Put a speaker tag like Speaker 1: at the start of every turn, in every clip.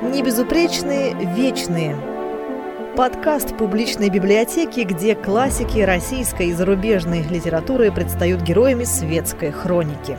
Speaker 1: Небезупречные вечные. Подкаст публичной библиотеки, где классики российской и зарубежной литературы предстают героями светской хроники.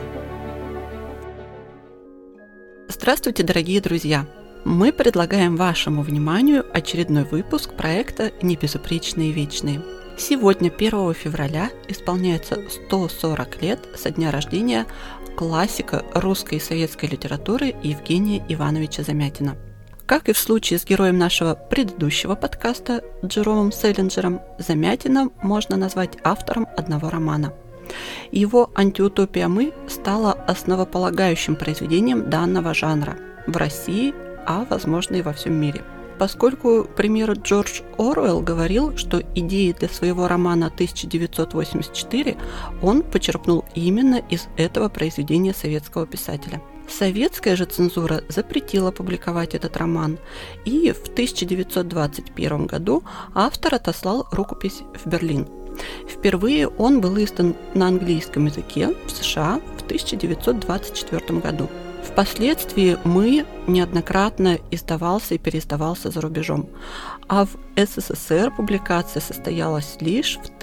Speaker 2: Здравствуйте, дорогие друзья! Мы предлагаем вашему вниманию очередной выпуск проекта «Небезупречные вечные». Сегодня, 1 февраля, исполняется 140 лет со дня рождения классика русской и советской литературы Евгения Ивановича Замятина. Как и в случае с героем нашего предыдущего подкаста Джеромом Селлинджером, Замятина можно назвать автором одного романа. Его «Антиутопия мы» стала основополагающим произведением данного жанра в России, а возможно и во всем мире. Поскольку, к примеру, Джордж Оруэлл говорил, что идеи для своего романа 1984 он почерпнул именно из этого произведения советского писателя. Советская же цензура запретила публиковать этот роман, и в 1921 году автор отослал рукопись в Берлин. Впервые он был издан на английском языке в США в 1924 году. Впоследствии «Мы» неоднократно издавался и переиздавался за рубежом, а в СССР публикация состоялась лишь в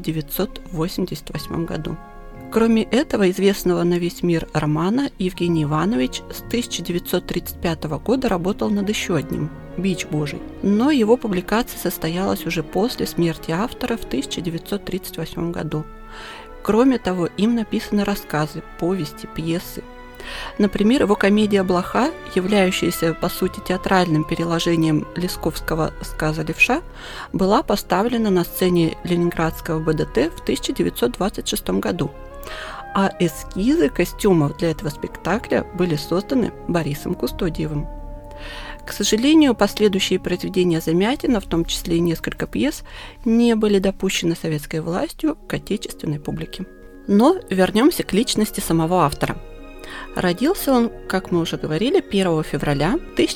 Speaker 2: 1988 году. Кроме этого известного на весь мир романа, Евгений Иванович с 1935 года работал над еще одним «Бич Божий», но его публикация состоялась уже после смерти автора в 1938 году. Кроме того, им написаны рассказы, повести, пьесы. Например, его комедия «Блоха», являющаяся по сути театральным переложением лесковского сказа «Левша», была поставлена на сцене Ленинградского БДТ в 1926 году, а эскизы костюмов для этого спектакля были созданы Борисом Кустодиевым. К сожалению, последующие произведения Замятина, в том числе и несколько пьес, не были допущены советской властью к отечественной публике. Но вернемся к личности самого автора. Родился он, как мы уже говорили, 1 февраля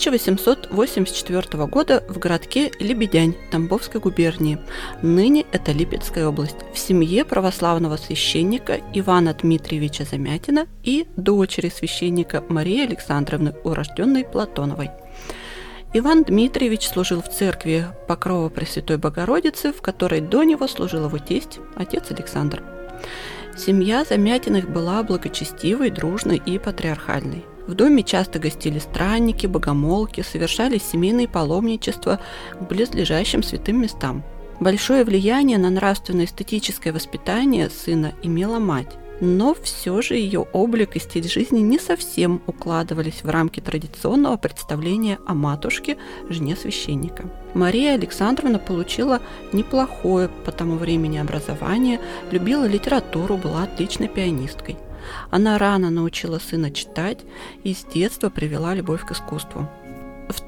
Speaker 2: 1884 года в городке Лебедянь Тамбовской губернии, ныне это Липецкая область, в семье православного священника Ивана Дмитриевича Замятина и дочери священника Марии Александровны, урожденной Платоновой. Иван Дмитриевич служил в церкви Покрова Пресвятой Богородицы, в которой до него служил его тесть, отец Александр. Семья Замятиных была благочестивой, дружной и патриархальной. В доме часто гостили странники, богомолки, совершались семейные паломничества к близлежащим святым местам. Большое влияние на нравственно-эстетическое воспитание сына имела мать, но все же ее облик и стиль жизни не совсем укладывались в рамки традиционного представления о матушке, жене священника. Мария Александровна получила неплохое по тому времени образование, любила литературу, была отличной пианисткой. Она рано научила сына читать и с детства привела любовь к искусству. В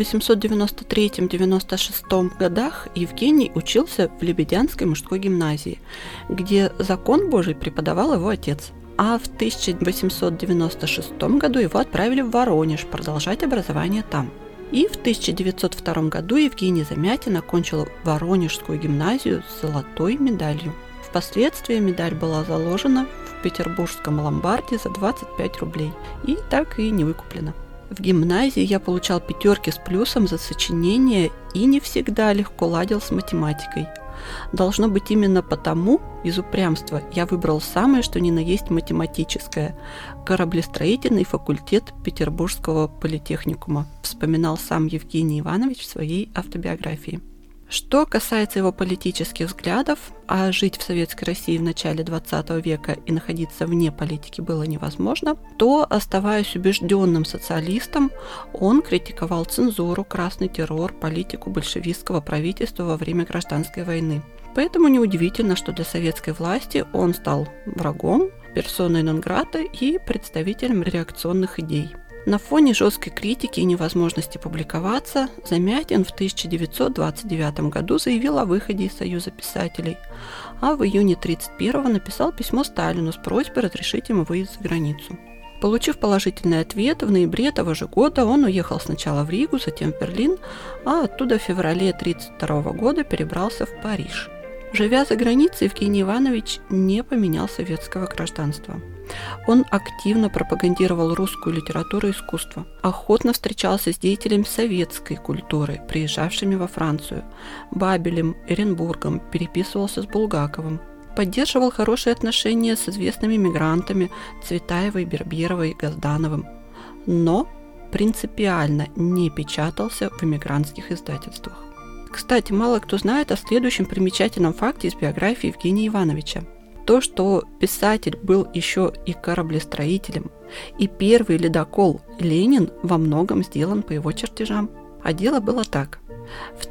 Speaker 2: 1893-96 годах Евгений учился в Лебедянской мужской гимназии, где закон Божий преподавал его отец. А в 1896 году его отправили в Воронеж продолжать образование там. И в 1902 году Евгений Замятин окончил Воронежскую гимназию с золотой медалью. Впоследствии медаль была заложена в петербургском ломбарде за 25 рублей и так и не выкуплена. В гимназии я получал 5 с плюсом за сочинение и не всегда легко ладил с математикой. Должно быть, именно потому, из упрямства, я выбрал самое что ни на есть математическое – кораблестроительный факультет Петербургского политехникума, вспоминал сам Евгений Иванович в своей автобиографии. Что касается его политических взглядов, а жить в Советской России в начале XX века и находиться вне политики было невозможно, то, оставаясь убежденным социалистом, он критиковал цензуру, красный террор, политику большевистского правительства во время гражданской войны. Поэтому неудивительно, что для советской власти он стал врагом, персоной нон-грата и представителем реакционных идей. На фоне жесткой критики и невозможности публиковаться, Замятин в 1929 году заявил о выходе из Союза писателей, а в июне 1931 написал письмо Сталину с просьбой разрешить ему выезд за границу. Получив положительный ответ, в ноябре того же года он уехал сначала в Ригу, затем в Берлин, а оттуда в феврале 1932 года перебрался в Париж. Живя за границей, Евгений Иванович не поменял советского гражданства. Он активно пропагандировал русскую литературу и искусство, охотно встречался с деятелями советской культуры, приезжавшими во Францию, Бабелем, Эренбургом, переписывался с Булгаковым, поддерживал хорошие отношения с известными мигрантами Цветаевой, Берберовой, Газдановым, но принципиально не печатался в эмигрантских издательствах. Кстати, мало кто знает о следующем примечательном факте из биографии Евгения Ивановича. То, что писатель был еще и кораблестроителем, и первый ледокол «Ленин» во многом сделан по его чертежам. А дело было так. В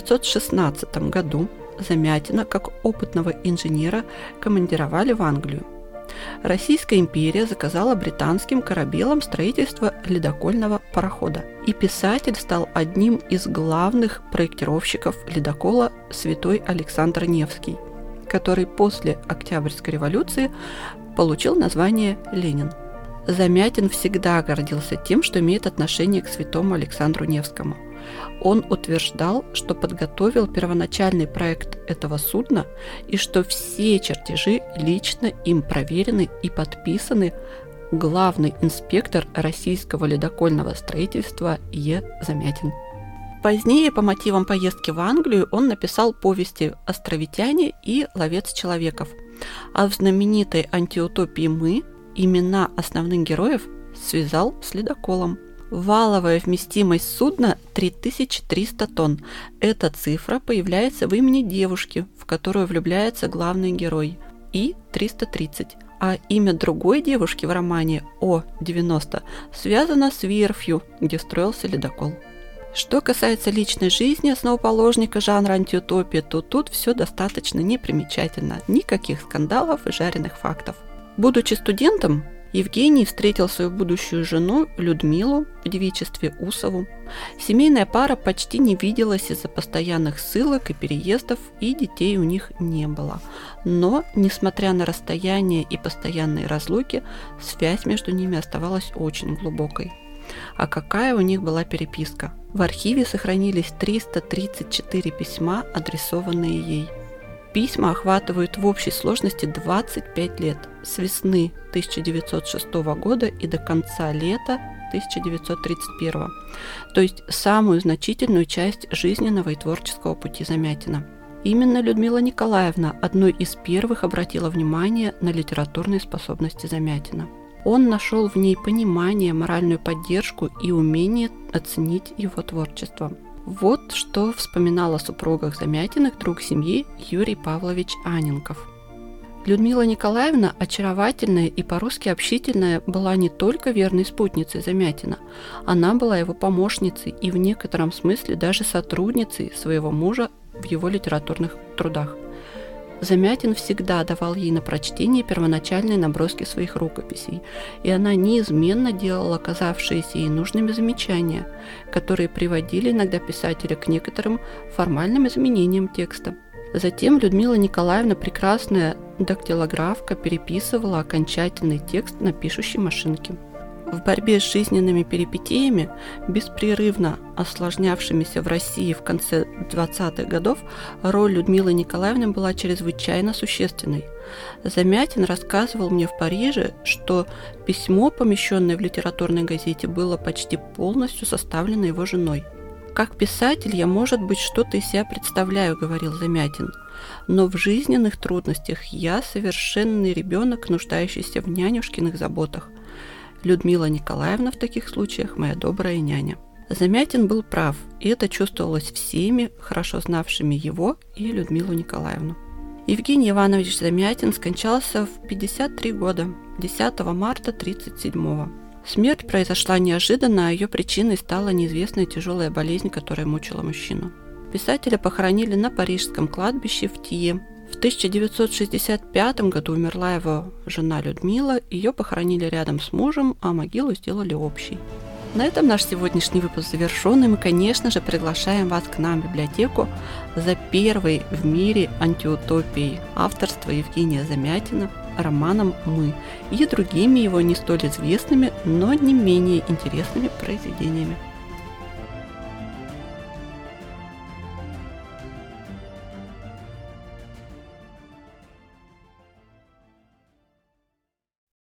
Speaker 2: 1916 году Замятина, как опытного инженера, командировали в Англию. Российская империя заказала британским корабелам строительство ледокольного парохода, и писатель стал одним из главных проектировщиков ледокола «Святой Александр Невский», который после Октябрьской революции получил название «Ленин». Замятин всегда гордился тем, что имеет отношение к святому Александру Невскому. Он утверждал, что подготовил первоначальный проект этого судна и что все чертежи лично им проверены и подписаны главный инспектор российского ледокольного строительства Е. Замятин. Позднее, по мотивам поездки в Англию, он написал повести «Островитяне» и «Ловец человеков». А в знаменитой антиутопии «Мы» имена основных героев связал с ледоколом. Валовая вместимость судна 3300 тонн. Эта цифра появляется в имени девушки, в которую влюбляется главный герой, и 330. А имя другой девушки в романе О-90 связано с верфью, где строился ледокол. Что касается личной жизни основоположника жанра антиутопии, то тут все достаточно непримечательно. Никаких скандалов и жареных фактов. Будучи студентом, Евгений встретил свою будущую жену Людмилу в девичестве Усову. Семейная пара почти не виделась из-за постоянных ссылок и переездов, и детей у них не было. Но, несмотря на расстояние и постоянные разлуки, связь между ними оставалась очень глубокой. А какая у них была переписка? В архиве сохранились 334 письма, адресованные ей. Письма охватывают в общей сложности 25 лет, с весны 1906 года и до конца лета 1931, то есть самую значительную часть жизненного и творческого пути Замятина. Именно Людмила Николаевна одной из первых обратила внимание на литературные способности Замятина. Он нашел в ней понимание, моральную поддержку и умение оценить его творчество. Вот что вспоминал о супругах Замятиных друг семьи Юрий Павлович Анненков. Людмила Николаевна, очаровательная и по-русски общительная, была не только верной спутницей Замятина, она была его помощницей и в некотором смысле даже сотрудницей своего мужа в его литературных трудах. Замятин всегда давал ей на прочтение первоначальные наброски своих рукописей, и она неизменно делала казавшиеся ей нужными замечания, которые приводили иногда писателя к некоторым формальным изменениям текста. Затем Людмила Николаевна, прекрасная дактилографка, переписывала окончательный текст на пишущей машинке. В борьбе с жизненными перипетиями, беспрерывно осложнявшимися в России в конце 20-х годов, роль Людмилы Николаевны была чрезвычайно существенной. Замятин рассказывал мне в Париже, что письмо, помещенное в литературной газете, было почти полностью составлено его женой. «Как писатель я, может быть, что-то из себя представляю», — говорил Замятин, «но в жизненных трудностях я совершенный ребенок, нуждающийся в нянюшкиных заботах. Людмила Николаевна в таких случаях моя добрая няня». Замятин был прав, и это чувствовалось всеми, хорошо знавшими его и Людмилу Николаевну. Евгений Иванович Замятин скончался в 53 года, 10 марта 1937-го. Смерть произошла неожиданно, а ее причиной стала неизвестная тяжелая болезнь, которая мучила мужчину. Писателя похоронили на парижском кладбище в Тие. В 1965 году умерла его жена Людмила, ее похоронили рядом с мужем, а могилу сделали общей. На этом наш сегодняшний выпуск завершен, и мы, конечно же, приглашаем вас к нам в библиотеку за первой в мире антиутопией авторства Евгения Замятина, романом «Мы» и другими его не столь известными, но не менее интересными произведениями.